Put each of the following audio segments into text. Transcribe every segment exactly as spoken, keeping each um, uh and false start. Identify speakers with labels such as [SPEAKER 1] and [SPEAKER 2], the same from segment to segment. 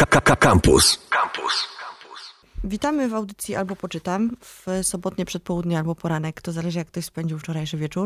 [SPEAKER 1] Campus. Campus.
[SPEAKER 2] Witamy w audycji Albo Poczytam w sobotnie przedpołudnie albo poranek. To zależy, jak ktoś spędził wczorajszy wieczór.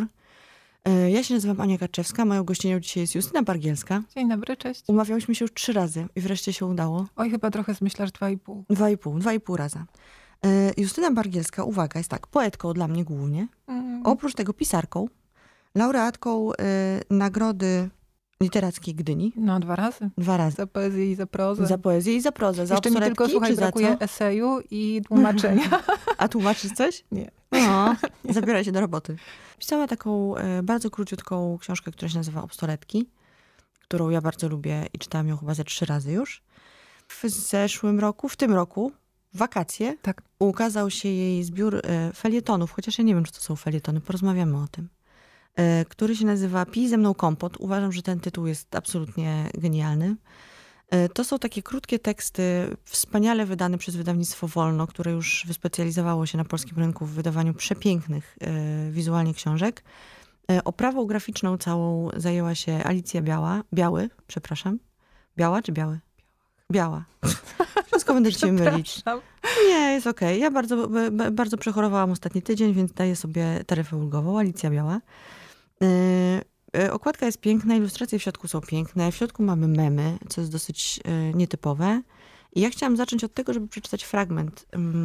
[SPEAKER 2] Ja się nazywam Ania Kaczewska. Moją gościnią dzisiaj jest Justyna Bargielska.
[SPEAKER 3] Dzień dobry, cześć.
[SPEAKER 2] Umawiałyśmy się już trzy razy i wreszcie się udało.
[SPEAKER 3] Oj, chyba trochę zmyślasz dwa i pół.
[SPEAKER 2] Dwa i pół, dwa i pół raza. Justyna Bargielska, uwaga, jest tak, poetką dla mnie głównie. Mm. Oprócz tego pisarką, laureatką y, Nagrody Literackiej Gdyni.
[SPEAKER 3] No, dwa razy.
[SPEAKER 2] Dwa razy.
[SPEAKER 3] Za poezję i za prozę.
[SPEAKER 2] Za poezję i za prozę. Za
[SPEAKER 3] Jeszcze mi tylko, słuchaj, brakuje eseju i tłumaczenia.
[SPEAKER 2] A tłumaczysz coś?
[SPEAKER 3] Nie.
[SPEAKER 2] No, zabieraj się do roboty. Pisała taką e, bardzo króciutką książkę, która się nazywa Obstoletki, którą ja bardzo lubię i czytałam ją chyba ze trzy razy już. W zeszłym roku, w tym roku, w wakacje,
[SPEAKER 3] tak,
[SPEAKER 2] ukazał się jej zbiór e, felietonów, chociaż ja nie wiem, czy to są felietony, porozmawiamy o tym, e, który się nazywa Pij ze mną kompot. Uważam, że ten tytuł jest absolutnie genialny. E, to są takie krótkie teksty, wspaniale wydane przez wydawnictwo Wolno, które już wyspecjalizowało się na polskim rynku w wydawaniu przepięknych e, wizualnie książek. E, oprawą graficzną całą zajęła się Alicja Biała, Biały, przepraszam. Biała czy Biały? Biała. Wszystko będę ci mylić. Nie, jest okej. Okay. Ja bardzo, b, bardzo przechorowałam ostatni tydzień, więc daję sobie taryfę ulgową. Alicja Biała. Yy, yy, okładka jest piękna, ilustracje w środku są piękne. W środku mamy memy, co jest dosyć yy, nietypowe. I ja chciałam zacząć od tego, żeby przeczytać fragment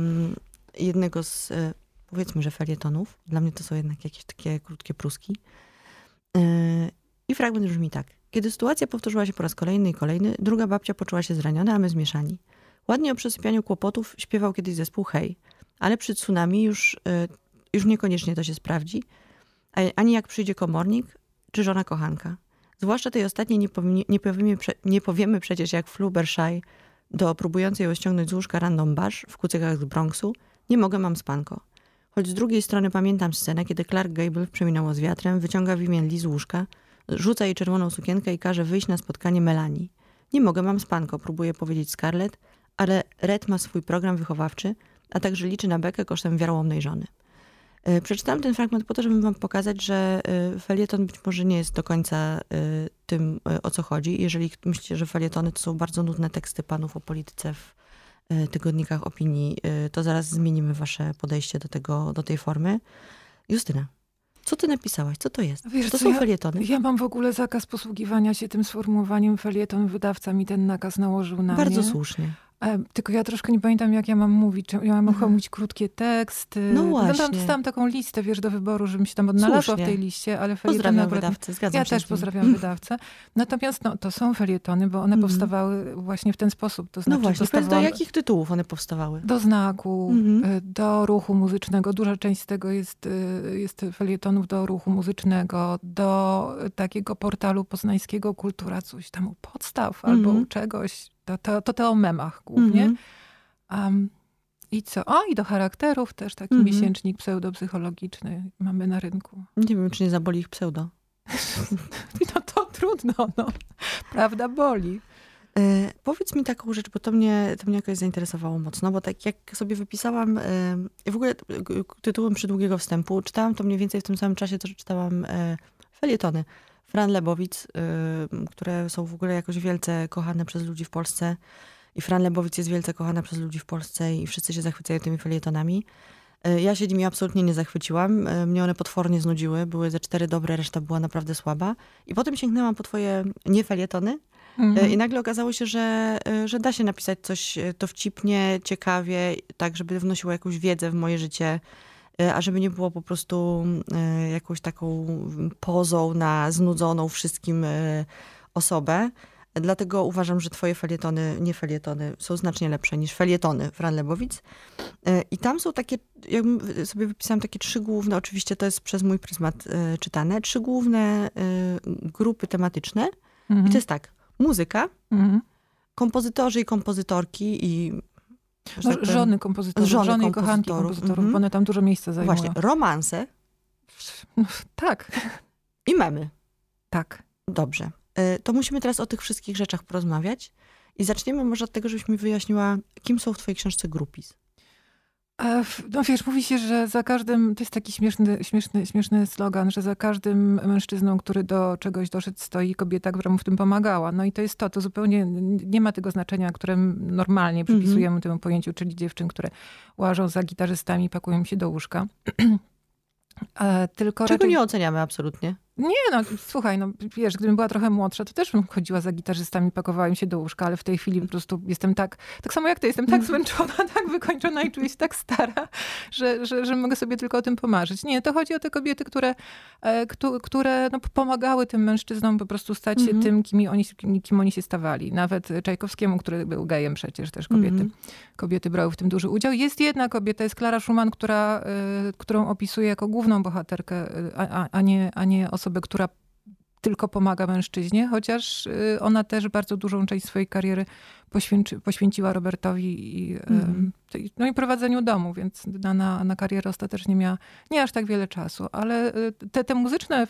[SPEAKER 2] yy, jednego z, yy, powiedzmy, że felietonów. Dla mnie to są jednak jakieś takie krótkie pruski. Yy, I fragment brzmi tak. Kiedy sytuacja powtórzyła się po raz kolejny i kolejny, druga babcia poczuła się zraniona, a my zmieszani. Ładnie o przesypianiu kłopotów śpiewał kiedyś zespół Hej, ale przy tsunami już, y, już niekoniecznie to się sprawdzi, ani jak przyjdzie komornik czy żona kochanka. Zwłaszcza tej ostatniej nie, powi- nie, powiemy, prze- nie powiemy przecież jak Flubbershire do próbującej ją ściągnąć z łóżka random bash w kucykach z Bronxu. Nie mogę, mam spanko. Choć z drugiej strony pamiętam scenę, kiedy Clark Gable przeminęło z wiatrem, wyciąga Vivien Lee z łóżka, rzuca jej czerwoną sukienkę i każe wyjść na spotkanie Melanii. Nie mogę, mam spanko, próbuje powiedzieć Scarlett, ale Red ma swój program wychowawczy, a także liczy na bekę kosztem wiarołomnej żony. Yy, przeczytałam ten fragment po to, żeby wam pokazać, że yy, felieton być może nie jest do końca yy, tym, yy, o co chodzi. Jeżeli myślicie, że felietony to są bardzo nudne teksty panów o polityce w yy, tygodnikach opinii, yy, to zaraz zmienimy wasze podejście do tego, do tej formy. Justyna. Co ty napisałaś? Co to jest?
[SPEAKER 3] Wiesz,
[SPEAKER 2] to
[SPEAKER 3] co,
[SPEAKER 2] są
[SPEAKER 3] ja,
[SPEAKER 2] felietony?
[SPEAKER 3] Ja mam w ogóle zakaz posługiwania się tym sformułowaniem felieton. Wydawca mi ten nakaz nałożył na
[SPEAKER 2] Bardzo
[SPEAKER 3] mnie.
[SPEAKER 2] słusznie.
[SPEAKER 3] E, tylko ja troszkę nie pamiętam, jak ja mam mówić. Czy ja mam mhm. mówić krótkie teksty.
[SPEAKER 2] No właśnie.
[SPEAKER 3] Tam dostałam taką listę, wiesz, do wyboru, żebym się tam odnalazła
[SPEAKER 2] Słusznie.
[SPEAKER 3] w tej liście. Ale
[SPEAKER 2] pozdrawiam
[SPEAKER 3] akurat...
[SPEAKER 2] wydawcę, zgadzam
[SPEAKER 3] ja
[SPEAKER 2] się.
[SPEAKER 3] Ja też pozdrawiam wydawcę. Natomiast no, to są felietony, bo one mhm. powstawały właśnie w ten sposób. To znaczy,
[SPEAKER 2] no właśnie,
[SPEAKER 3] dostawałam...
[SPEAKER 2] do jakich tytułów one powstawały?
[SPEAKER 3] Do Znaku, mhm. do Ruchu Muzycznego. Duża część z tego jest, jest felietonów do Ruchu Muzycznego, do takiego portalu poznańskiego Kultura, coś tam u podstaw mhm. albo u czegoś. To, to, to te o memach głównie. Mhm. Um, I co? O, i do charakterów też taki mhm. miesięcznik pseudopsychologiczny mamy na rynku.
[SPEAKER 2] Nie wiem, czy nie zaboli ich pseudo.
[SPEAKER 3] No to trudno, no. Prawda boli.
[SPEAKER 2] E, powiedz mi taką rzecz, bo to mnie, to mnie jakoś zainteresowało mocno, bo tak jak sobie wypisałam, e, w ogóle tytułem przydługiego wstępu, czytałam to mniej więcej w tym samym czasie, co czytałam e, felietony Fran Lebowic, e, które są w ogóle jakoś wielce kochane przez ludzi w Polsce. I Fran Lebowic jest wielce kochana przez ludzi w Polsce i wszyscy się zachwycają tymi felietonami. Ja się nimi absolutnie nie zachwyciłam. Mnie one potwornie znudziły. Były ze cztery dobre, reszta była naprawdę słaba. I potem sięgnęłam po twoje niefelietony mhm. i nagle okazało się, że, że da się napisać coś dowcipnie, ciekawie, tak żeby wnosiło jakąś wiedzę w moje życie, a żeby nie było po prostu jakąś taką pozą na znudzoną wszystkim osobę. Dlatego uważam, że twoje felietony, nie felietony, są znacznie lepsze niż felietony Fran Lebowic. I tam są takie, ja sobie wypisałam takie trzy główne, oczywiście to jest przez mój pryzmat y, czytane, trzy główne y, grupy tematyczne. Mhm. I to jest tak, muzyka, mhm. kompozytorzy i kompozytorki i...
[SPEAKER 3] No, tak żony kompozytorów, żony, żony i kochanki kompozytorów, mhm. bo one tam dużo miejsca zajmują.
[SPEAKER 2] Właśnie, romanse.
[SPEAKER 3] No, tak.
[SPEAKER 2] I memy.
[SPEAKER 3] Tak.
[SPEAKER 2] Dobrze. To musimy teraz o tych wszystkich rzeczach porozmawiać. I zaczniemy może od tego, żebyś mi wyjaśniła, kim są w twojej książce groupies.
[SPEAKER 3] No wiesz, mówi się, że za każdym, to jest taki śmieszny, śmieszny, śmieszny slogan, że za każdym mężczyzną, który do czegoś doszedł, stoi kobieta, która mu w tym pomagała. No i to jest to, to zupełnie nie ma tego znaczenia, które normalnie przypisujemy mm-hmm. temu pojęciu, czyli dziewczyn, które łażą za gitarzystami i pakują się do łóżka. Tylko
[SPEAKER 2] Czego
[SPEAKER 3] raczej...
[SPEAKER 2] nie oceniamy absolutnie.
[SPEAKER 3] Nie, no słuchaj, no wiesz, gdybym była trochę młodsza, to też bym chodziła za gitarzystami, pakowała im się do łóżka, ale w tej chwili po prostu jestem tak, tak samo jak ty, jestem tak zmęczona, tak wykończona i czuję się tak stara, że, że, że mogę sobie tylko o tym pomarzyć. Nie, to chodzi o te kobiety, które, e, które no, pomagały tym mężczyznom po prostu stać się mm-hmm. tym, kim oni, kim oni się stawali. Nawet Czajkowskiemu, który był gejem przecież, też kobiety, mm-hmm. kobiety brały w tym duży udział. Jest jedna kobieta, jest Klara Schumann, która, e, którą opisuje jako główną bohaterkę, a, a, nie, a nie osobę, która tylko pomaga mężczyźnie, chociaż ona też bardzo dużą część swojej kariery poświęci, poświęciła Robertowi i, mm. no i prowadzeniu domu, więc na, na, na karierę ostatecznie miała nie aż tak wiele czasu, ale te, te muzyczne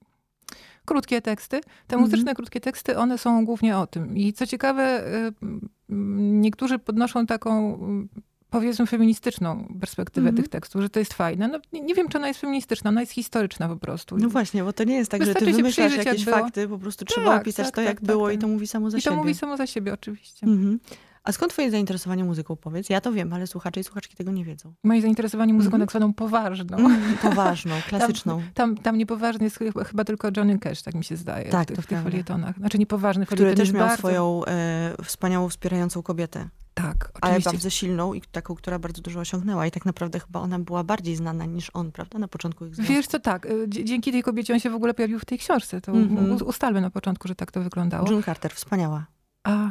[SPEAKER 3] krótkie teksty, te mm. muzyczne krótkie teksty, one są głównie o tym. I co ciekawe, niektórzy podnoszą taką, powiedzmy, feministyczną perspektywę mm-hmm. tych tekstów, że to jest fajne. No, nie, nie wiem, czy ona jest feministyczna, ona jest historyczna po prostu.
[SPEAKER 2] No właśnie, bo to nie jest tak,
[SPEAKER 3] Wystarczy
[SPEAKER 2] że ty wymyślasz jakieś
[SPEAKER 3] jak
[SPEAKER 2] fakty, po prostu
[SPEAKER 3] tak,
[SPEAKER 2] trzeba opisać
[SPEAKER 3] tak,
[SPEAKER 2] to,
[SPEAKER 3] tak,
[SPEAKER 2] jak
[SPEAKER 3] tak,
[SPEAKER 2] było
[SPEAKER 3] tak.
[SPEAKER 2] i to mówi samo za
[SPEAKER 3] I
[SPEAKER 2] siebie.
[SPEAKER 3] I to mówi samo za siebie, oczywiście.
[SPEAKER 2] Mm-hmm. A skąd twoje zainteresowanie muzyką, powiedz? Ja to wiem, ale słuchacze i słuchaczki tego nie wiedzą.
[SPEAKER 3] Moje zainteresowanie muzyką mm-hmm. tak zwaną poważną.
[SPEAKER 2] Mm, poważną, klasyczną.
[SPEAKER 3] Tam, tam, tam niepoważny jest chyba, chyba tylko Johnny Cash, tak mi się zdaje,
[SPEAKER 2] tak,
[SPEAKER 3] w, tych,
[SPEAKER 2] to
[SPEAKER 3] w tych
[SPEAKER 2] prawda.
[SPEAKER 3] felietonach. Znaczy niepoważny
[SPEAKER 2] Który
[SPEAKER 3] felieton
[SPEAKER 2] też miał
[SPEAKER 3] bardzo...
[SPEAKER 2] swoją e, wspaniałą, wspierającą kobietę.
[SPEAKER 3] Tak,
[SPEAKER 2] ale
[SPEAKER 3] oczywiście.
[SPEAKER 2] bardzo silną i taką, która bardzo dużo osiągnęła. I tak naprawdę chyba ona była bardziej znana niż on, prawda? Na początku ich związku.
[SPEAKER 3] Wiesz co, tak. Dzięki tej kobiecie on się w ogóle pojawił w tej książce. To mm-hmm. ustalmy na początku, że tak to wyglądało.
[SPEAKER 2] June Carter, wspaniała.
[SPEAKER 3] A,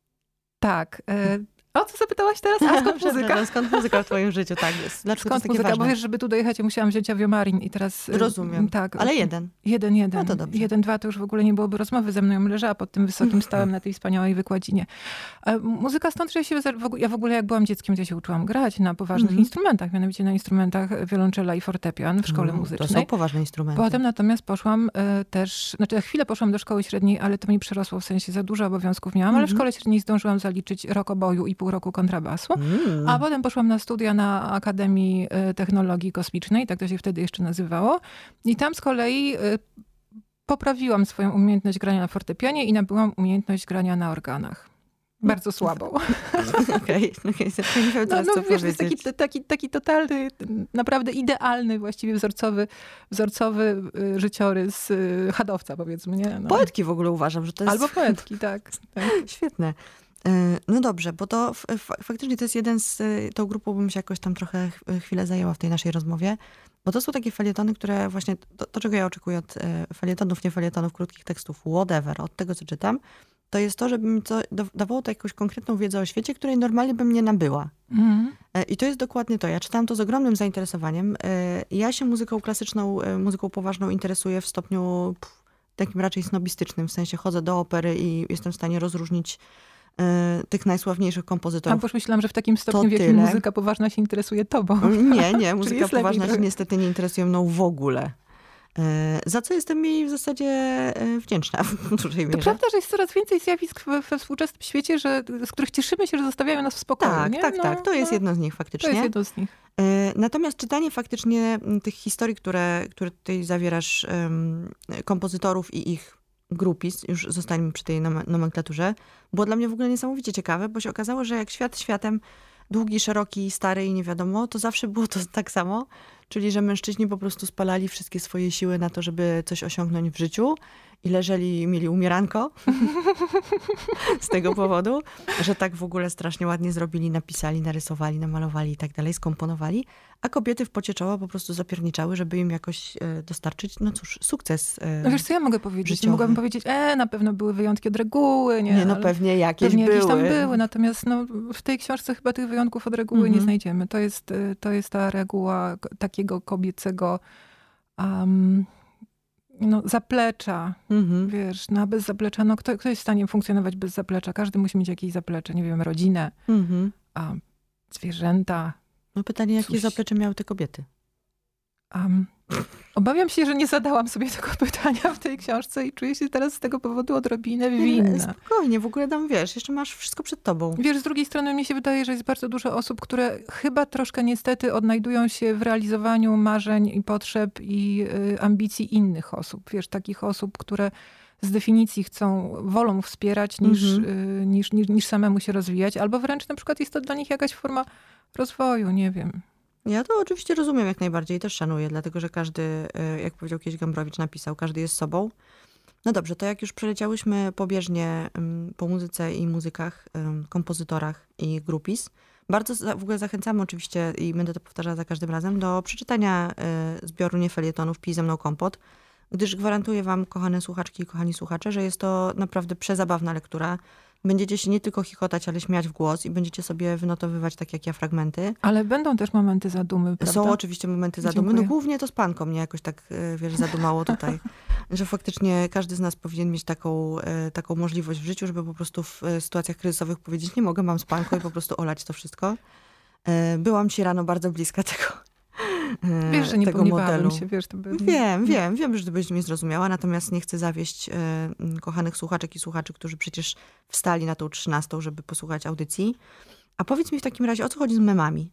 [SPEAKER 3] tak. E, o co zapytałaś teraz? A skąd muzyka?
[SPEAKER 2] No, skąd muzyka w twoim życiu? Tak jest. Dlaczego
[SPEAKER 3] skąd
[SPEAKER 2] to jest
[SPEAKER 3] muzyka?
[SPEAKER 2] ważne?
[SPEAKER 3] Bo wiesz, żeby tu dojechać, ja musiałam wziąć aviomarin i teraz...
[SPEAKER 2] Rozumiem.
[SPEAKER 3] Tak.
[SPEAKER 2] Ale jeden.
[SPEAKER 3] Jeden, jeden.
[SPEAKER 2] No to dobrze.
[SPEAKER 3] Jeden, dwa, to już w ogóle nie byłoby rozmowy ze mną. Ja leżała pod tym wysokim stołem na tej wspaniałej wykładzinie. A muzyka stąd, że ja się... Ja w ogóle jak byłam dzieckiem, to ja się uczyłam grać na poważnych mm. instrumentach. Mianowicie na instrumentach wiolonczela i fortepian w szkole
[SPEAKER 2] mm,
[SPEAKER 3] muzycznej.
[SPEAKER 2] To są poważne instrumenty.
[SPEAKER 3] Potem natomiast poszłam y, też... Znaczy na chwilę poszłam do szkoły średniej, ale to mi przerosło, w sensie za dużo obowiązków miałam, mm-hmm. ale w szkole średniej zdążyłam zaliczyć rok oboju i pół roku kontrabasu. Mm. A potem poszłam na studia na Akademii Technologii Kosmicznej, tak to się wtedy jeszcze nazywało. I tam z kolei poprawiłam swoją umiejętność grania na fortepianie i nabyłam umiejętność grania na organach. Bardzo słabo.
[SPEAKER 2] Okej, okay, okay.
[SPEAKER 3] No, no wiesz, to jest taki, taki, taki totalny, naprawdę idealny, właściwie wzorcowy, wzorcowy życiorys hadowca, powiedzmy. Nie? No.
[SPEAKER 2] Poetki w ogóle uważam, że to jest...
[SPEAKER 3] Albo poetki, tak. tak.
[SPEAKER 2] Świetne. No dobrze, bo to faktycznie to jest jeden z... Tą grupą bym się jakoś tam trochę chwilę zajęła w tej naszej rozmowie, bo to są takie felietony, które właśnie... To, to czego ja oczekuję od felietonów, nie felietonów, krótkich tekstów, whatever, od tego, co czytam, to jest to, żeby mi to dawało to jakąś konkretną wiedzę o świecie, której normalnie bym nie nabyła. Mm. I to jest dokładnie to. Ja czytałam to z ogromnym zainteresowaniem. Ja się muzyką klasyczną, muzyką poważną interesuję w stopniu pff, takim raczej snobistycznym, w sensie chodzę do opery i jestem w stanie rozróżnić tych najsławniejszych kompozytorów.
[SPEAKER 3] Tam już myślałam, że w takim stopniu, w jakim tyle. Muzyka poważna się interesuje tobą.
[SPEAKER 2] Nie, nie. Muzyka poważna się niestety nie interesuje mną w ogóle. Za co jestem jej w zasadzie wdzięczna w dużej mierze.
[SPEAKER 3] To prawda, że jest coraz więcej zjawisk we współczesnym świecie, że, z których cieszymy się, że zostawiają nas w spokoju.
[SPEAKER 2] Tak,
[SPEAKER 3] nie?
[SPEAKER 2] tak,
[SPEAKER 3] no,
[SPEAKER 2] tak. To
[SPEAKER 3] no,
[SPEAKER 2] jest jedno z nich faktycznie.
[SPEAKER 3] To jest jedno z nich.
[SPEAKER 2] Natomiast czytanie faktycznie tych historii, które, które tutaj zawierasz, um, kompozytorów i ich grupis, już zostańmy przy tej nomenklaturze, było dla mnie w ogóle niesamowicie ciekawe, bo się okazało, że jak świat światem, długi, szeroki, stary i nie wiadomo, to zawsze było to tak samo, czyli że mężczyźni po prostu spalali wszystkie swoje siły na to, żeby coś osiągnąć w życiu i leżeli, mieli umieranko z tego powodu, że tak w ogóle strasznie ładnie zrobili, napisali, narysowali, namalowali i tak dalej, skomponowali, a kobiety w pocie czoła po prostu zapierniczały, żeby im jakoś e, dostarczyć, no cóż, sukces e,
[SPEAKER 3] No wiesz, co ja mogę powiedzieć?
[SPEAKER 2] życiowy.
[SPEAKER 3] Mogłabym powiedzieć, e, na pewno były wyjątki od reguły. Nie,
[SPEAKER 2] nie no pewnie jakieś
[SPEAKER 3] pewnie
[SPEAKER 2] były.
[SPEAKER 3] jakieś tam były, natomiast no, w tej książce chyba tych wyjątków od reguły mm-hmm. nie znajdziemy. To jest, to jest ta reguła takiego kobiecego um, no, zaplecza. Mm-hmm. Wiesz, no bez zaplecza, no kto, kto jest w stanie funkcjonować bez zaplecza? Każdy musi mieć jakieś zaplecze, nie wiem, rodzinę, mm-hmm. a, zwierzęta.
[SPEAKER 2] No pytanie, jakie
[SPEAKER 3] Coś...
[SPEAKER 2] zaplecze miały te kobiety?
[SPEAKER 3] Um, obawiam się, że nie zadałam sobie tego pytania w tej książce i czuję się teraz z tego powodu odrobinę winna.
[SPEAKER 2] Spokojnie, w ogóle tam wiesz, jeszcze masz wszystko przed tobą.
[SPEAKER 3] Wiesz, z drugiej strony mnie się wydaje, że jest bardzo dużo osób, które chyba troszkę niestety odnajdują się w realizowaniu marzeń i potrzeb i y, ambicji innych osób. Wiesz, takich osób, które z definicji chcą, wolą wspierać niż,
[SPEAKER 2] Mhm.
[SPEAKER 3] y, niż, niż, niż samemu się rozwijać, albo wręcz na przykład jest to dla nich jakaś forma rozwoju, nie wiem.
[SPEAKER 2] Ja to oczywiście rozumiem jak najbardziej i też szanuję, dlatego że każdy, y, jak powiedział kiedyś Gombrowicz, napisał, każdy jest sobą. No dobrze, to jak już przeleciałyśmy pobieżnie ym, po muzyce i muzykach, ym, kompozytorach i grupis, bardzo za, w ogóle zachęcamy oczywiście, i będę to powtarzała za każdym razem, do przeczytania y, zbioru niefelietonów Pij ze mną kompot, gdyż gwarantuję wam, kochane słuchaczki i kochani słuchacze, że jest to naprawdę przezabawna lektura. Będziecie się nie tylko chichotać, ale śmiać w głos i będziecie sobie wynotowywać, tak jak ja, fragmenty.
[SPEAKER 3] Ale będą też momenty zadumy, prawda?
[SPEAKER 2] Są oczywiście momenty zadumy.
[SPEAKER 3] Dziękuję.
[SPEAKER 2] No głównie to z panką mnie jakoś tak, y, wiesz, zadumało tutaj. Że faktycznie każdy z nas powinien mieć taką, y, taką możliwość w życiu, żeby po prostu w y, sytuacjach kryzysowych powiedzieć, nie mogę, mam z panką i po prostu olać to wszystko. Y, Byłam ci rano bardzo bliska tego y,
[SPEAKER 3] Wiesz, że nie
[SPEAKER 2] tego
[SPEAKER 3] pogniewałem
[SPEAKER 2] modelu.
[SPEAKER 3] się, wiesz, to by...
[SPEAKER 2] Wiem, wiem, wiem, że ty byś mnie zrozumiała, natomiast nie chcę zawieść y, y, kochanych słuchaczek i słuchaczy, którzy przecież wstali na tą trzynastą, żeby posłuchać audycji. A powiedz mi w takim razie, o co chodzi z memami?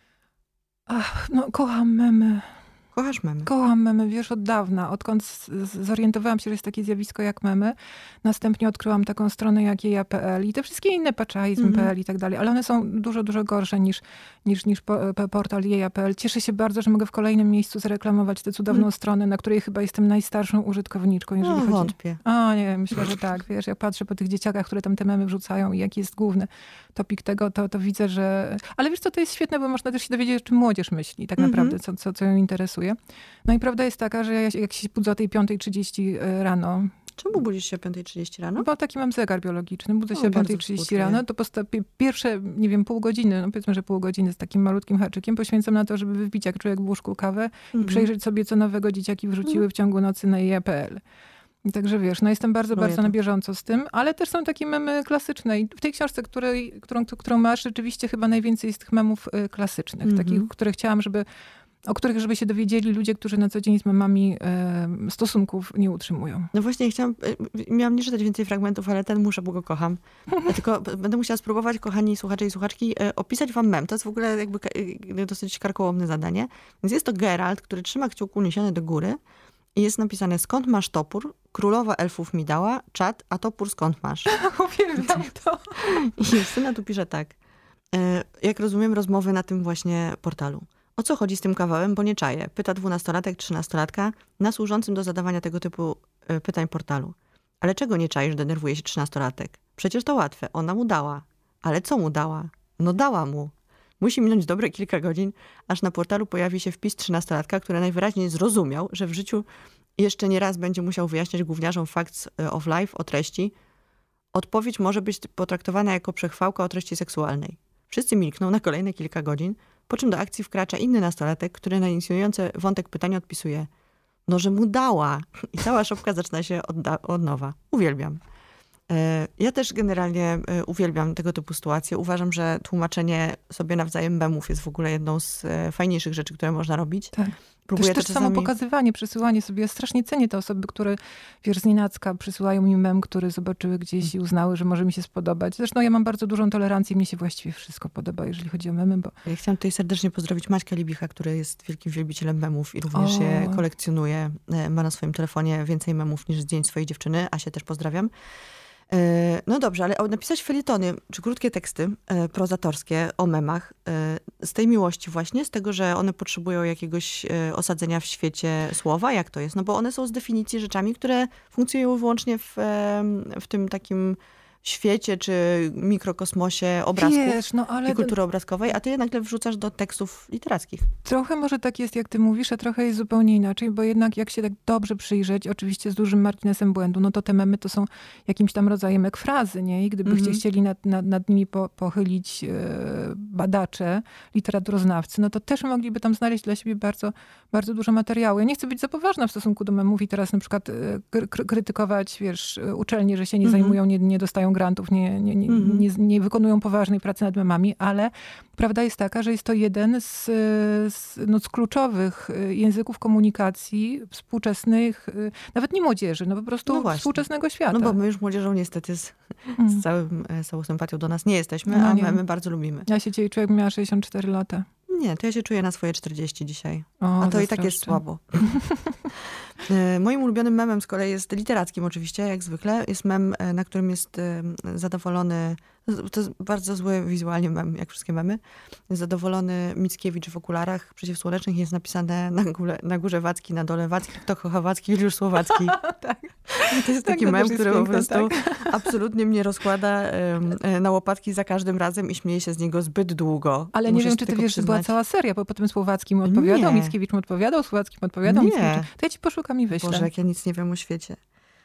[SPEAKER 3] Ach, no kocham memy.
[SPEAKER 2] Kochasz memy?
[SPEAKER 3] Kocham memy, wiesz, od dawna. Odkąd z- z- zorientowałam się, że jest takie zjawisko jak memy. Następnie odkryłam taką stronę jak jeja kropka pe el i te wszystkie inne paczaizm kropka pe el i tak dalej. Ale one są dużo, dużo gorsze niż, niż, niż po, po, portal jeja kropka pe el. Cieszę się bardzo, że mogę w kolejnym miejscu zareklamować tę cudowną
[SPEAKER 2] Mm.
[SPEAKER 3] stronę, na której chyba jestem najstarszą użytkowniczką, jeżeli
[SPEAKER 2] No,
[SPEAKER 3] chodzi...
[SPEAKER 2] wątpię.
[SPEAKER 3] A nie, myślę, że tak. Wiesz, jak patrzę po tych dzieciakach, które tam te memy wrzucają i jaki jest główny topik tego, to, to widzę, że... Ale wiesz co, to jest świetne, bo można też się dowiedzieć, o czym młodzież myśli tak
[SPEAKER 2] Mhm.
[SPEAKER 3] naprawdę, co, co, co ją interesuje. No i prawda jest taka, że ja, jak się budzę o tej piątej trzydzieści rano,
[SPEAKER 2] Czemu budzisz się o piątej trzydzieści rano?
[SPEAKER 3] bo taki mam zegar biologiczny, budzę
[SPEAKER 2] O,
[SPEAKER 3] się o
[SPEAKER 2] bardzo
[SPEAKER 3] piątej trzydzieści
[SPEAKER 2] współczuję.
[SPEAKER 3] rano, to posta- pi- pierwsze, nie wiem, pół godziny, no powiedzmy, że pół godziny z takim malutkim haczykiem poświęcam na to, żeby wypić jak człowiek w łóżku kawę i
[SPEAKER 2] Mhm.
[SPEAKER 3] przejrzeć sobie, co nowego dzieciaki wrzuciły w ciągu nocy na jeja kropka pe el. I także wiesz, no jestem bardzo,
[SPEAKER 2] Szanuję
[SPEAKER 3] bardzo
[SPEAKER 2] to.
[SPEAKER 3] na bieżąco z tym, ale też są takie memy klasyczne. I w tej książce, której, którą, którą masz, rzeczywiście chyba najwięcej jest tych memów y, klasycznych,
[SPEAKER 2] Mhm.
[SPEAKER 3] takich, które chciałam, żeby, o których żeby się dowiedzieli ludzie, którzy na co dzień z memami y, stosunków nie utrzymują.
[SPEAKER 2] No właśnie, chciałam, y, miałam nie czytać więcej fragmentów, ale ten muszę, bo go kocham. Ja tylko b- będę musiała spróbować, kochani słuchacze i słuchaczki, y, opisać wam mem. To jest w ogóle jakby ka- y, dosyć karkołomne zadanie. Więc jest to Geralt, który trzyma kciuk uniesiony do góry i jest napisane: skąd masz topór? Królowa elfów mi dała, czad, a topór skąd masz?
[SPEAKER 3] Uwielbiam to.
[SPEAKER 2] I Justyna tu pisze tak. E, Jak rozumiem rozmowy na tym właśnie portalu. O co chodzi z tym kawałem, bo nie czaję. Pyta dwunastolatek, trzynastolatka na służącym do zadawania tego typu e, pytań portalu. Ale czego nie czaisz, denerwuje się trzynastolatek? Przecież to łatwe, ona mu dała. Ale co mu dała? No dała mu. Musi minąć dobre kilka godzin, aż na portalu pojawi się wpis trzynastolatka, który najwyraźniej zrozumiał, że w życiu jeszcze nie raz będzie musiał wyjaśniać gówniarzom facts of life o treści. Odpowiedź może być potraktowana jako przechwałka o treści seksualnej. Wszyscy milkną na kolejne kilka godzin, po czym do akcji wkracza inny nastolatek, który na inicjujący wątek pytania odpisuje: no, że mu dała. I cała szopka zaczyna się od, da- od nowa. Uwielbiam. E, Ja też generalnie e, uwielbiam tego typu sytuacje. Uważam, że tłumaczenie sobie nawzajem memów jest w ogóle jedną z e, fajniejszych rzeczy, które można robić.
[SPEAKER 3] Tak.
[SPEAKER 2] Próbuję
[SPEAKER 3] też
[SPEAKER 2] to
[SPEAKER 3] też samo
[SPEAKER 2] czasami...
[SPEAKER 3] pokazywanie, przesyłanie sobie. Ja strasznie cenię te osoby, które, wiesz, znienacka przysyłają mi mem, który zobaczyły gdzieś i uznały, że może mi się spodobać. Zresztą ja mam bardzo dużą tolerancję. Mnie się właściwie wszystko podoba, jeżeli chodzi o memy, bo...
[SPEAKER 2] Ja chciałam tutaj serdecznie pozdrowić Maćka Libicha, który jest wielkim wielbicielem memów i również
[SPEAKER 3] O.
[SPEAKER 2] je kolekcjonuje. E, Ma na swoim telefonie więcej memów niż zdjęć swojej dziewczyny. Asię też pozdrawiam. E, No dobrze, ale napisać felietony, czy krótkie teksty e, prozatorskie o memach e, z tej miłości właśnie, z tego, że one potrzebują jakiegoś e, osadzenia w świecie słowa. Jak to jest? No bo one są z definicji rzeczami, które funkcjonują wyłącznie w, e, w tym takim świecie, czy mikrokosmosie obrazków
[SPEAKER 3] Wiesz, no ale
[SPEAKER 2] i kultury obrazkowej, a ty je nagle wrzucasz do tekstów literackich.
[SPEAKER 3] trochę może tak jest, jak ty mówisz, a trochę jest zupełnie inaczej, bo jednak jak się tak dobrze przyjrzeć, oczywiście z dużym marginesem błędu, no to te memy to są jakimś tam rodzajem ekfrazy, nie? I gdyby
[SPEAKER 2] Mhm.
[SPEAKER 3] chcie- chcieli nad, nad, nad nimi po, pochylić e, badacze, literaturoznawcy, no to też mogliby tam znaleźć dla siebie bardzo, bardzo dużo materiału. Ja nie chcę być za poważna w stosunku do memów i teraz na przykład e, kry- krytykować, wiesz, uczelnie, że się nie
[SPEAKER 2] Mhm.
[SPEAKER 3] zajmują, nie, nie dostają grantów, nie, nie, nie,
[SPEAKER 2] Mhm.
[SPEAKER 3] nie, nie wykonują poważnej pracy nad memami, ale prawda jest taka, że jest to jeden z, z, no, z kluczowych języków komunikacji współczesnych, nawet nie młodzieży, no po prostu
[SPEAKER 2] No właśnie.
[SPEAKER 3] współczesnego świata.
[SPEAKER 2] No bo my już młodzieżą niestety z,
[SPEAKER 3] Mm.
[SPEAKER 2] z całym, e, całą sympatią do nas nie jesteśmy,
[SPEAKER 3] No
[SPEAKER 2] a
[SPEAKER 3] nie.
[SPEAKER 2] my, my bardzo lubimy.
[SPEAKER 3] Ja się dzieje, człowiek miała sześćdziesiąt cztery lata.
[SPEAKER 2] Nie, to ja się czuję na swoje czterdzieści dzisiaj.
[SPEAKER 3] O,
[SPEAKER 2] A to i tak jest
[SPEAKER 3] zazdroszczę.
[SPEAKER 2] słabo. E, Moim ulubionym memem z kolei jest literackim oczywiście, jak zwykle. Jest mem, e, na którym jest e, zadowolony, to jest bardzo zły wizualnie mem, jak wszystkie memy. Jest zadowolony Mickiewicz w okularach przeciwsłonecznych, jest napisane na górze, na górze Wacki, na dole Wacki, kto kocha Wacki, Juliusz Słowacki.
[SPEAKER 3] Tak.
[SPEAKER 2] I to jest
[SPEAKER 3] Tak,
[SPEAKER 2] taki
[SPEAKER 3] to
[SPEAKER 2] mem,
[SPEAKER 3] też jest
[SPEAKER 2] który po
[SPEAKER 3] piękne,
[SPEAKER 2] prostu
[SPEAKER 3] tak.
[SPEAKER 2] absolutnie mnie rozkłada em, e, na łopatki za każdym razem i śmieje się z niego zbyt długo.
[SPEAKER 3] Ale
[SPEAKER 2] Muszę
[SPEAKER 3] nie wiem,
[SPEAKER 2] się
[SPEAKER 3] czy ty
[SPEAKER 2] tylko
[SPEAKER 3] wiesz, że była
[SPEAKER 2] przyznać.
[SPEAKER 3] cała seria, bo potem Słowacki mu odpowiadał,
[SPEAKER 2] Nie.
[SPEAKER 3] Mickiewicz mu odpowiadał, Słowacki mu odpowiadał,
[SPEAKER 2] Nie.
[SPEAKER 3] Mickiewicz. To ja ci poszukam i wyślę.
[SPEAKER 2] Boże, jak ja nic nie wiem o świecie.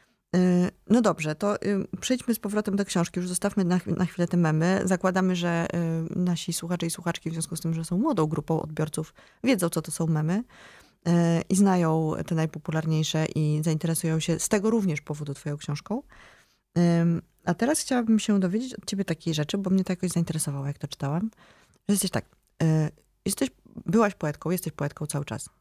[SPEAKER 2] Y, No dobrze, to y, przejdźmy z powrotem do książki. Już zostawmy na, chwi- na chwilę te memy. Zakładamy, że y, nasi słuchacze i słuchaczki, w związku z tym, że są młodą grupą odbiorców, wiedzą, co to są memy y, i znają te najpopularniejsze i zainteresują się z tego również powodu twoją książką. Ym, A teraz chciałabym się dowiedzieć od ciebie takiej rzeczy, bo mnie to jakoś zainteresowało, jak to czytałam. Że jesteś tak, y, jesteś, byłaś poetką, jesteś poetką cały czas.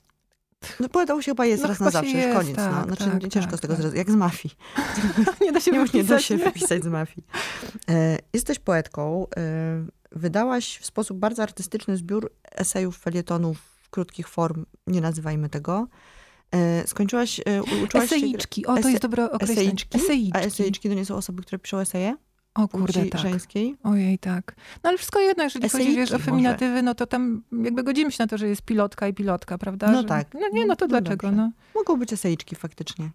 [SPEAKER 2] No poetą się chyba jest
[SPEAKER 3] No
[SPEAKER 2] raz
[SPEAKER 3] chyba
[SPEAKER 2] na
[SPEAKER 3] się
[SPEAKER 2] zawsze, już
[SPEAKER 3] jest,
[SPEAKER 2] koniec.
[SPEAKER 3] tak,
[SPEAKER 2] no. Znaczy
[SPEAKER 3] tak,
[SPEAKER 2] ciężko
[SPEAKER 3] tak,
[SPEAKER 2] z tego
[SPEAKER 3] tak.
[SPEAKER 2] zrezygnować, jak z mafii.
[SPEAKER 3] Nie da się
[SPEAKER 2] Nie, nie da
[SPEAKER 3] wypisać,
[SPEAKER 2] się
[SPEAKER 3] nie?
[SPEAKER 2] wypisać z mafii. E, Jesteś poetką. e, Wydałaś w sposób bardzo artystyczny zbiór esejów, felietonów, krótkich form, nie nazywajmy tego. E, Skończyłaś, e, u- uczyłaś się...
[SPEAKER 3] Eseiczki, o to
[SPEAKER 2] Ese-
[SPEAKER 3] jest dobre określenie.
[SPEAKER 2] Eseiczki?
[SPEAKER 3] Eseiczki.
[SPEAKER 2] A eseiczki to nie są osoby, które piszą eseje?
[SPEAKER 3] O kurde,
[SPEAKER 2] Płci
[SPEAKER 3] tak.
[SPEAKER 2] żeńskiej?
[SPEAKER 3] Ojej, tak. No ale wszystko jedno, jeżeli chodzi, wiesz, o
[SPEAKER 2] Esejiki
[SPEAKER 3] feminatywy, no to tam jakby godzimy się na to, że jest pilotka i pilotka, prawda?
[SPEAKER 2] No
[SPEAKER 3] że,
[SPEAKER 2] tak.
[SPEAKER 3] No nie, no to
[SPEAKER 2] No
[SPEAKER 3] dlaczego,
[SPEAKER 2] dobrze.
[SPEAKER 3] no?
[SPEAKER 2] Mogą być eseiczki faktycznie.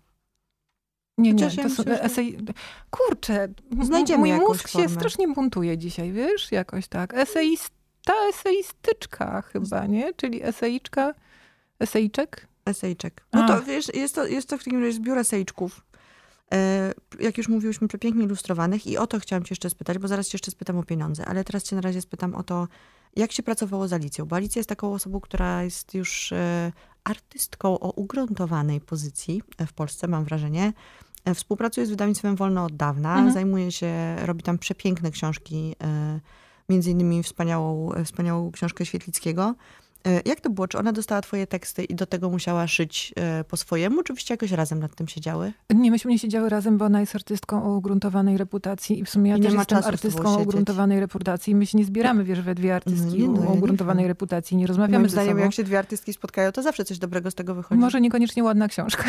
[SPEAKER 3] Nie, nie,
[SPEAKER 2] Chociaż ja
[SPEAKER 3] to są
[SPEAKER 2] myślę, że-
[SPEAKER 3] esej... Kurczę, m-
[SPEAKER 2] Znajdziemy
[SPEAKER 3] mój
[SPEAKER 2] jakąś
[SPEAKER 3] mózg się
[SPEAKER 2] formę.
[SPEAKER 3] strasznie buntuje dzisiaj, wiesz, jakoś tak. Eseista, eseistyczka chyba, nie? Czyli eseiczka, eseiczek?
[SPEAKER 2] Esejczek. No
[SPEAKER 3] A.
[SPEAKER 2] to wiesz, jest to, jest to w takim razie zbiór esejczków. E, jak już mówiłyśmy, przepięknie ilustrowanych i o to chciałam cię jeszcze spytać, bo zaraz cię jeszcze spytam o pieniądze, ale teraz cię na razie spytam o to, jak się pracowało z Alicją, bo Alicja jest taką osobą, która jest już e, artystką o ugruntowanej pozycji w Polsce, mam wrażenie. E, Współpracuje z wydawnictwem Wolno od dawna,
[SPEAKER 3] Mhm.
[SPEAKER 2] zajmuje się, robi tam przepiękne książki, e, między innymi wspaniałą, wspaniałą książkę Świetlickiego. E, Jak to było? Czy ona dostała twoje teksty i do tego musiała szyć e, po swojemu? Czy byście jakoś razem nad tym siedziały?
[SPEAKER 3] Nie, myśmy nie siedziały razem, bo ona jest artystką o ugruntowanej reputacji i w sumie ja
[SPEAKER 2] I nie
[SPEAKER 3] też
[SPEAKER 2] ma
[SPEAKER 3] jestem
[SPEAKER 2] czasu z tobą
[SPEAKER 3] artystką o
[SPEAKER 2] siedzieć.
[SPEAKER 3] ugruntowanej reputacji i my się nie zbieramy, wiesz, we dwie artystki
[SPEAKER 2] No nie, no, ja
[SPEAKER 3] o
[SPEAKER 2] nie
[SPEAKER 3] ugruntowanej
[SPEAKER 2] wiem.
[SPEAKER 3] reputacji, nie rozmawiamy
[SPEAKER 2] Moim
[SPEAKER 3] ze
[SPEAKER 2] zdaniem,
[SPEAKER 3] sobą.
[SPEAKER 2] jak się dwie artystki spotkają, to zawsze coś dobrego z tego wychodzi.
[SPEAKER 3] Może niekoniecznie ładna książka.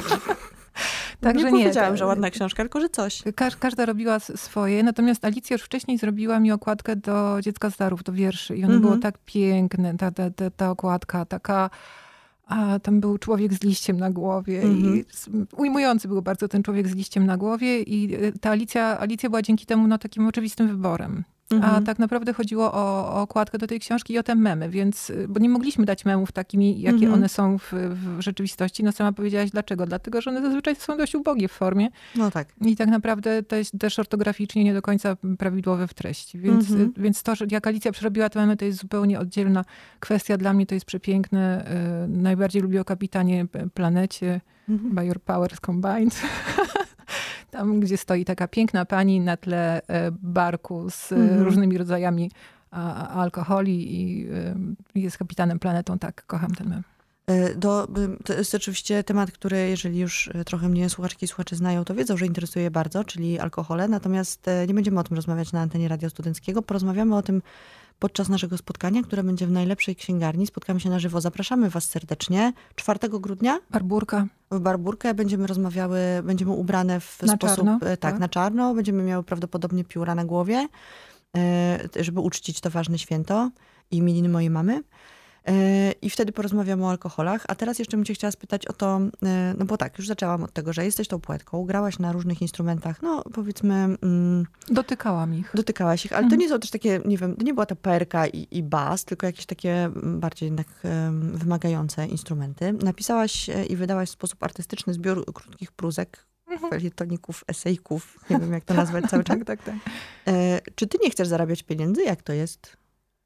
[SPEAKER 3] Także
[SPEAKER 2] nie
[SPEAKER 3] nie.
[SPEAKER 2] powiedziałam,
[SPEAKER 3] to-
[SPEAKER 2] że ładna książka, tylko że coś.
[SPEAKER 3] Każ, każda robiła s- swoje, natomiast Alicja już wcześniej zrobiła mi okładkę do Dziecka Starów, do wierszy i ono
[SPEAKER 2] Mhm.
[SPEAKER 3] było tak piękne, ta, ta, ta, ta okładka, taka, a tam był człowiek z liściem na głowie
[SPEAKER 2] Mhm.
[SPEAKER 3] i s- ujmujący był bardzo ten człowiek z liściem na głowie i y, ta Alicja, Alicja była dzięki temu no, takim oczywistym wyborem. A
[SPEAKER 2] Mhm.
[SPEAKER 3] tak naprawdę chodziło o, o okładkę do tej książki i o te memy, więc, y, bo nie mogliśmy dać memów takimi, jakie
[SPEAKER 2] Mhm.
[SPEAKER 3] one są w, w rzeczywistości. No sama powiedziałaś dlaczego? Dlatego, że one zazwyczaj są dość ubogie w formie.
[SPEAKER 2] No tak.
[SPEAKER 3] I tak naprawdę to jest też ortograficznie nie do końca prawidłowe w treści. Więc,
[SPEAKER 2] Mhm.
[SPEAKER 3] więc to, że jak Alicja przerobiła te memy, to jest zupełnie oddzielna kwestia. Dla mnie to jest przepiękne. Y, Najbardziej lubię o Kapitanie P- Planecie,
[SPEAKER 2] Mhm.
[SPEAKER 3] By Your Powers Combined. Tam, gdzie stoi taka piękna pani na tle e, barku z e,
[SPEAKER 2] Mhm.
[SPEAKER 3] różnymi rodzajami a, a, alkoholi i y, jest Kapitanem Planetą. Tak, kocham ten mem.
[SPEAKER 2] E, Do, y, to jest oczywiście temat, który jeżeli już e, trochę mnie słuchaczki i słuchacze znają, to wiedzą, że interesuje bardzo, czyli alkohole. Natomiast e, nie będziemy o tym rozmawiać na antenie Radia Studenckiego. Porozmawiamy o tym podczas naszego spotkania, które będzie w najlepszej księgarni. Spotkamy się na żywo. Zapraszamy was serdecznie. czwartego grudnia
[SPEAKER 3] Barburka.
[SPEAKER 2] w Barburkę będziemy rozmawiały, będziemy ubrane w
[SPEAKER 3] Na
[SPEAKER 2] sposób...
[SPEAKER 3] czarno,
[SPEAKER 2] e, Tak,
[SPEAKER 3] tak.
[SPEAKER 2] na czarno. Będziemy miały prawdopodobnie pióra na głowie, e, żeby uczcić to ważne święto i imieniny mojej mamy. E, I wtedy porozmawiamy o alkoholach. A teraz jeszcze bym cię chciała spytać o to, e, no bo tak, już zaczęłam od tego, że jesteś tą poetką, grałaś na różnych instrumentach, no powiedzmy, mm,
[SPEAKER 3] Dotykałam ich.
[SPEAKER 2] dotykałaś ich, ale to
[SPEAKER 3] Mhm.
[SPEAKER 2] nie są też takie, nie wiem, to nie była ta perka i, i bas, tylko jakieś takie mm, bardziej jednak em, wymagające instrumenty. Napisałaś e, i wydałaś w sposób artystyczny zbiór krótkich prózek, felietoników, esejków, nie wiem jak to nazwać cały czas.
[SPEAKER 3] Tak, tak, tak.
[SPEAKER 2] E, Czy ty nie chcesz zarabiać pieniędzy? Jak to jest?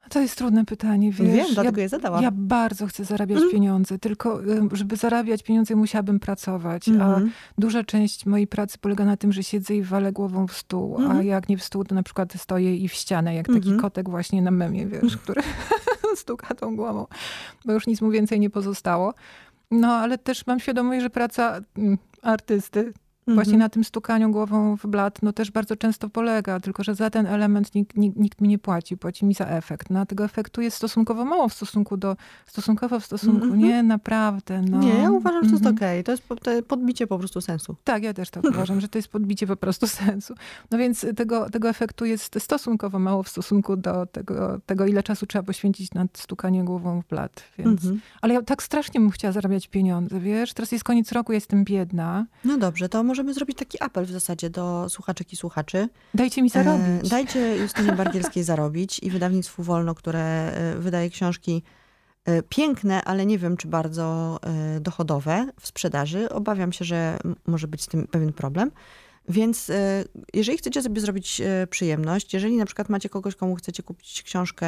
[SPEAKER 3] To jest trudne pytanie, wiesz.
[SPEAKER 2] Wiem, dlatego ja, je zadałam.
[SPEAKER 3] Ja bardzo chcę zarabiać mm. pieniądze, tylko żeby zarabiać pieniądze musiałabym pracować, mm-hmm. a duża część mojej pracy polega na tym, że siedzę i walę głową w stół, mm-hmm. a jak nie w stół, to na przykład stoję i w ścianę, jak taki mm-hmm. kotek właśnie na memie, wiesz, który stuka tą głową, bo już nic mu więcej nie pozostało. No, ale też mam świadomość, że praca artysty właśnie na tym stukaniu głową w blat, no też bardzo często polega, tylko że za ten element nikt, nikt, nikt mi nie płaci, płaci mi za efekt. No a tego efektu jest stosunkowo mało w stosunku do, stosunkowo w stosunku, mm-hmm. nie, naprawdę. No.
[SPEAKER 2] Nie, ja uważam, że to jest mm-hmm. okej. To jest podbicie po prostu sensu.
[SPEAKER 3] Tak, ja też tak uważam, że to jest podbicie po prostu sensu. No więc tego, tego efektu jest stosunkowo mało w stosunku do tego, tego, ile czasu trzeba poświęcić na stukanie głową w blat. Więc, mm-hmm. ale ja tak strasznie bym chciała zarabiać pieniądze, wiesz? Teraz jest koniec roku, jestem biedna.
[SPEAKER 2] No dobrze, to możemy zrobić taki apel w zasadzie do słuchaczek i słuchaczy.
[SPEAKER 3] Dajcie mi zarobić.
[SPEAKER 2] E, dajcie Justynie Bargielskiej zarobić i wydawnictwu Wolno, które wydaje książki e, piękne, ale nie wiem, czy bardzo e, dochodowe w sprzedaży. Obawiam się, że m- może być z tym pewien problem. Więc e, jeżeli chcecie sobie zrobić e, przyjemność, jeżeli na przykład macie kogoś, komu chcecie kupić książkę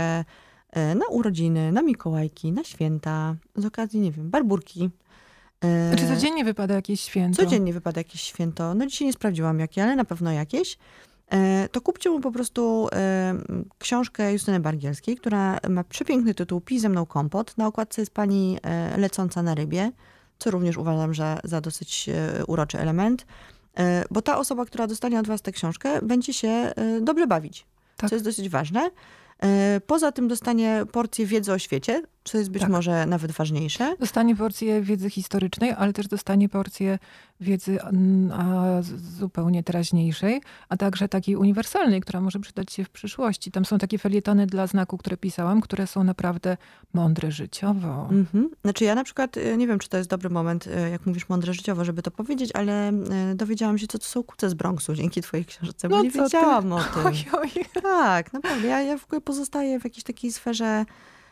[SPEAKER 2] e, na urodziny, na Mikołajki, na święta, z okazji, nie wiem, barburki,
[SPEAKER 3] Czy codziennie wypada jakieś święto?
[SPEAKER 2] Codziennie wypada jakieś święto. No dzisiaj nie sprawdziłam jakie, ale na pewno jakieś. To kupcie mu po prostu książkę Justyny Bargielskiej, która ma przepiękny tytuł Pij ze mną kompot. Na okładce jest pani lecąca na rybie, co również uważam, że za dosyć uroczy element. Bo ta osoba, która dostanie od was tę książkę, będzie się dobrze bawić, tak. Co jest dosyć ważne. Poza tym dostanie porcję wiedzy o świecie, co jest być tak. może nawet ważniejsze.
[SPEAKER 3] Dostanie porcję wiedzy historycznej, ale też dostanie porcję wiedzy a, zupełnie teraźniejszej, a także takiej uniwersalnej, która może przydać się w przyszłości. Tam są takie felietony dla znaku, które pisałam, które są naprawdę mądre życiowo.
[SPEAKER 2] Mhm. Znaczy ja na przykład, nie wiem, czy to jest dobry moment, jak mówisz mądre życiowo, żeby to powiedzieć, ale dowiedziałam się, co to są kuce z Bronxu dzięki twojej książce, bo no nie wiedziałam ty? o tym.
[SPEAKER 3] Oj, oj.
[SPEAKER 2] Tak, naprawdę. Ja, ja w ogóle pozostaję w jakiejś takiej sferze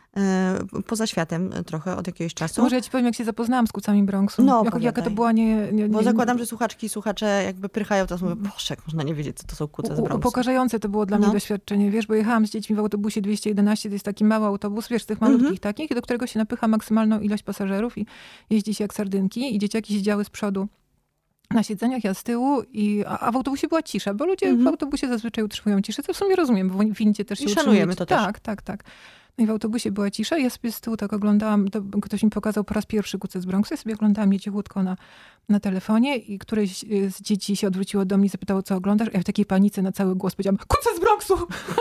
[SPEAKER 2] poza światem trochę od jakiegoś czasu.
[SPEAKER 3] To może ja ci powiem, jak się zapoznałam z kucami Bronxu.
[SPEAKER 2] No,
[SPEAKER 3] jak, jaka to była nie, nie, nie...
[SPEAKER 2] Bo zakładam, że słuchaczki i słuchacze jakby prychają, teraz mówię, boże, jak można nie wiedzieć, co to są kuce z Bronxu.
[SPEAKER 3] Upokarzające to było dla no. mnie doświadczenie, wiesz, bo jechałam z dziećmi w autobusie dwieście jedenaście, to jest taki mały autobus, wiesz, z tych malutkich mm-hmm. takich, do którego się napycha maksymalną ilość pasażerów i jeździ się jak sardynki i dzieciaki siedziały z przodu na siedzeniach, ja z tyłu, i, a, a w autobusie była cisza, bo ludzie mm-hmm. w autobusie zazwyczaj utrzymują ciszę, co w sumie rozumiem, bo w windzie też się
[SPEAKER 2] I szanujemy to też.
[SPEAKER 3] Tak, tak, tak. No i w autobusie była cisza, ja sobie z tyłu tak oglądałam, to ktoś mi pokazał po raz pierwszy kuce z Bronxu, ja sobie oglądałam je cichutko na, na telefonie i któreś z dzieci się odwróciło do mnie i zapytało, co oglądasz? A ja w takiej panice na cały głos powiedziałam, kuce z Bronxu!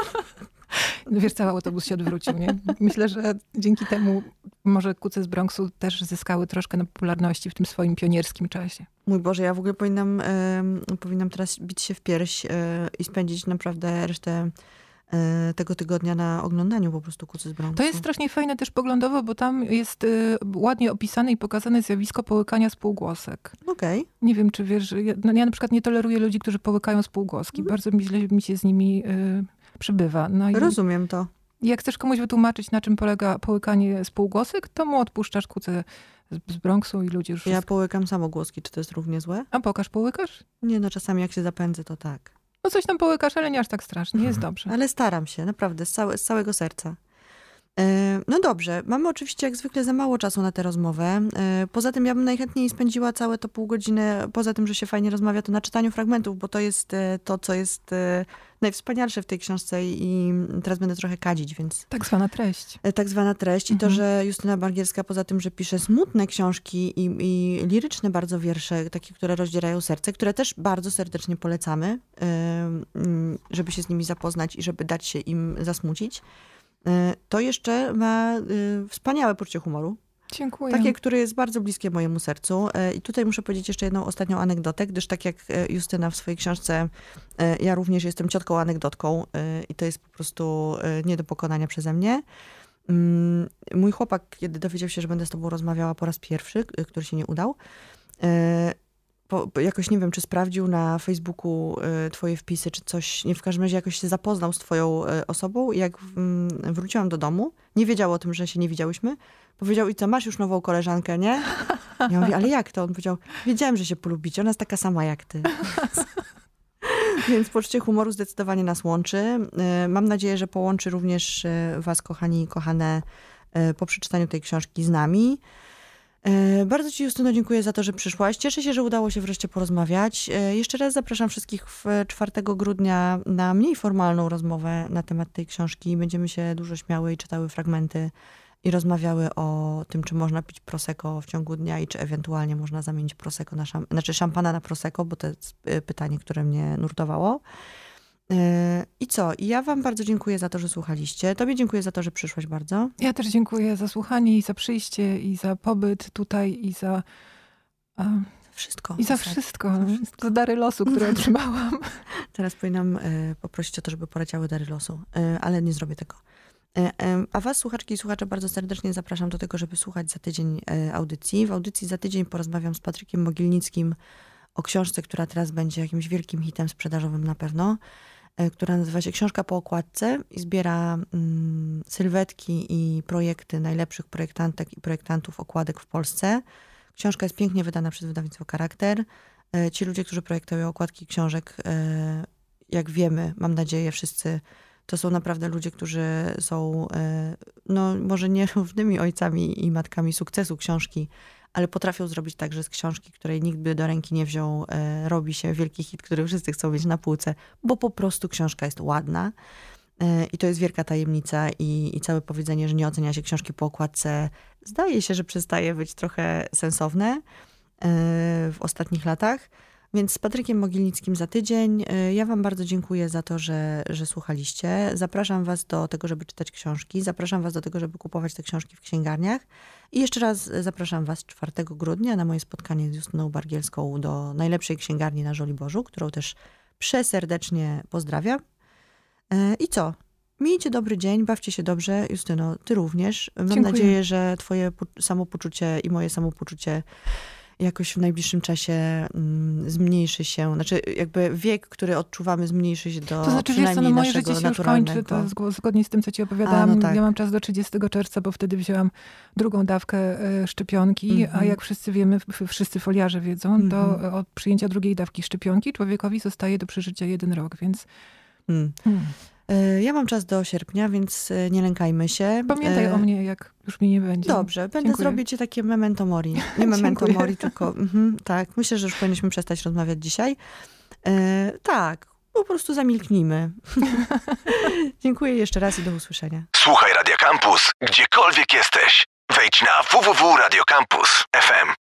[SPEAKER 3] No wiesz, cały autobus się odwrócił, nie? Myślę, że dzięki temu może kuce z Bronxu też zyskały troszkę na popularności w tym swoim pionierskim czasie.
[SPEAKER 2] Mój Boże, ja w ogóle powinnam, y, powinnam teraz bić się w pierś y, i spędzić naprawdę resztę tego tygodnia na oglądaniu po prostu kucy z Bronxu.
[SPEAKER 3] To jest strasznie fajne też poglądowo, bo tam jest y, ładnie opisane i pokazane zjawisko połykania spółgłosek.
[SPEAKER 2] Okej. Okay.
[SPEAKER 3] Nie wiem, czy wiesz, ja, no ja na przykład nie toleruję ludzi, którzy połykają spółgłoski. Mm. Bardzo mi źle mi się z nimi y, przybywa. No i
[SPEAKER 2] rozumiem to.
[SPEAKER 3] Jak chcesz komuś wytłumaczyć, na czym polega połykanie spółgłosek, to mu odpuszczasz kucę z, z Bronxu i ludzie już...
[SPEAKER 2] Ja wszystko... połykam samogłoski. Czy to jest równie złe?
[SPEAKER 3] A pokaż, połykasz?
[SPEAKER 2] Nie, no czasami jak się zapędzę, to tak.
[SPEAKER 3] No coś tam połykasz, ale nie aż tak strasznie, jest dobrze.
[SPEAKER 2] Ale staram się, naprawdę, z, całe, z całego serca. No dobrze, mamy oczywiście jak zwykle za mało czasu na tę rozmowę. Poza tym ja bym najchętniej spędziła całe to pół godziny, poza tym, że się fajnie rozmawia, to na czytaniu fragmentów, bo to jest to, co jest najwspanialsze w tej książce i teraz będę trochę kadzić, więc...
[SPEAKER 3] Tak zwana treść.
[SPEAKER 2] Tak zwana treść. I mhm. to, że Justyna Bargielska poza tym, że pisze smutne książki i, i liryczne bardzo wiersze, takie, które rozdzierają serce, które też bardzo serdecznie polecamy, żeby się z nimi zapoznać i żeby dać się im zasmucić. To jeszcze ma y, wspaniałe poczucie humoru.
[SPEAKER 3] Dziękuję.
[SPEAKER 2] Takie, które jest bardzo bliskie mojemu sercu. I tutaj muszę powiedzieć jeszcze jedną ostatnią anegdotę, gdyż tak jak Justyna w swojej książce, ja również jestem ciotką anegdotką i to jest po prostu nie do pokonania przeze mnie. Mój chłopak, kiedy dowiedział się, że będę z tobą rozmawiała po raz pierwszy, który się nie udał, Po, jakoś nie wiem, czy sprawdził na Facebooku y, twoje wpisy, czy coś, nie, w każdym razie jakoś się zapoznał z twoją y, osobą i jak w, y, wróciłam do domu, nie wiedział o tym, że się nie widziałyśmy, powiedział, i co, masz już nową koleżankę, nie? Ja mówię, ale jak to? On powiedział, wiedziałem, że się polubicie, ona jest taka sama jak ty. Więc poczucie humoru zdecydowanie nas łączy. Mam nadzieję, że połączy również was, kochani i kochane, po przeczytaniu tej książki z nami. Bardzo ci, Justyno, dziękuję za to, że przyszłaś. Cieszę się, że udało się wreszcie porozmawiać. Jeszcze raz zapraszam wszystkich w czwartego grudnia na mniej formalną rozmowę na temat tej książki. Będziemy się dużo śmiały i czytały fragmenty i rozmawiały o tym, czy można pić prosecco w ciągu dnia i czy ewentualnie można zamienić prosecco na szam- znaczy szampana na prosecco, bo to jest pytanie, które mnie nurtowało. I co? I ja wam bardzo dziękuję za to, że słuchaliście. Tobie dziękuję za to, że przyszłaś bardzo.
[SPEAKER 3] Ja też dziękuję za słuchanie i za przyjście i za pobyt tutaj i za... A,
[SPEAKER 2] wszystko.
[SPEAKER 3] I za wszystko. Za wszystko. Za dary losu, które otrzymałam.
[SPEAKER 2] Teraz powinnam y, poprosić o to, żeby poleciały dary losu, y, ale nie zrobię tego. Y, y, a was, słuchaczki i słuchacze, bardzo serdecznie zapraszam do tego, żeby słuchać za tydzień y, audycji. W audycji za tydzień porozmawiam z Patrykiem Mogilnickim o książce, która teraz będzie jakimś wielkim hitem sprzedażowym na pewno, która nazywa się Książka po okładce i zbiera mm, sylwetki i projekty najlepszych projektantek i projektantów okładek w Polsce. Książka jest pięknie wydana przez wydawnictwo Charakter. Ci ludzie, którzy projektują okładki książek, jak wiemy, mam nadzieję, wszyscy, to są naprawdę ludzie, którzy są, no może nie równymi ojcami i matkami sukcesu książki, ale potrafią zrobić tak, że z książki, której nikt by do ręki nie wziął, e, robi się wielki hit, który wszyscy chcą mieć na półce, bo po prostu książka jest ładna. E, I to jest wielka tajemnica i, i całe powiedzenie, że nie ocenia się książki po okładce, zdaje się, że przestaje być trochę sensowne e, w ostatnich latach. Więc z Patrykiem Mogilnickim za tydzień. Ja wam bardzo dziękuję za to, że, że słuchaliście. Zapraszam was do tego, żeby czytać książki. Zapraszam was do tego, żeby kupować te książki w księgarniach. I jeszcze raz zapraszam was czwartego grudnia na moje spotkanie z Justyną Bargielską do najlepszej księgarni na Żoliborzu, którą też przeserdecznie pozdrawiam. I co? Miejcie dobry dzień, bawcie się dobrze. Justyno, ty również. Mam
[SPEAKER 3] Dziękuję.
[SPEAKER 2] nadzieję, że twoje samopoczucie i moje samopoczucie jakoś w najbliższym czasie mm, zmniejszy się, znaczy jakby wiek, który odczuwamy, zmniejszy się do
[SPEAKER 3] to znaczy,
[SPEAKER 2] przynajmniej
[SPEAKER 3] wiesz co, no moje
[SPEAKER 2] naszego
[SPEAKER 3] życie się już
[SPEAKER 2] naturalnego.
[SPEAKER 3] kończy, to zgodnie z tym, co ci opowiadałam.
[SPEAKER 2] A, no tak.
[SPEAKER 3] Ja mam czas do trzydziestego czerwca, bo wtedy wzięłam drugą dawkę y, szczepionki, mm-hmm. a jak wszyscy wiemy, wszyscy foliarze wiedzą, mm-hmm. to od przyjęcia drugiej dawki szczepionki człowiekowi zostaje do przeżycia jeden rok, więc... Mm. Hmm.
[SPEAKER 2] Ja mam czas do sierpnia, więc nie lękajmy się.
[SPEAKER 3] Pamiętaj e... o mnie, jak już mi nie będzie.
[SPEAKER 2] Dobrze, będę
[SPEAKER 3] Dziękuję.
[SPEAKER 2] zrobić ci takie memento mori. Nie memento mori, tylko mhm, tak. Myślę, że już powinniśmy przestać rozmawiać dzisiaj. E, tak, po prostu zamilknijmy. Dziękuję jeszcze raz i do usłyszenia.
[SPEAKER 1] Słuchaj Radia Campus, gdziekolwiek jesteś. Wejdź na w w w kropka radio campus kropka f m.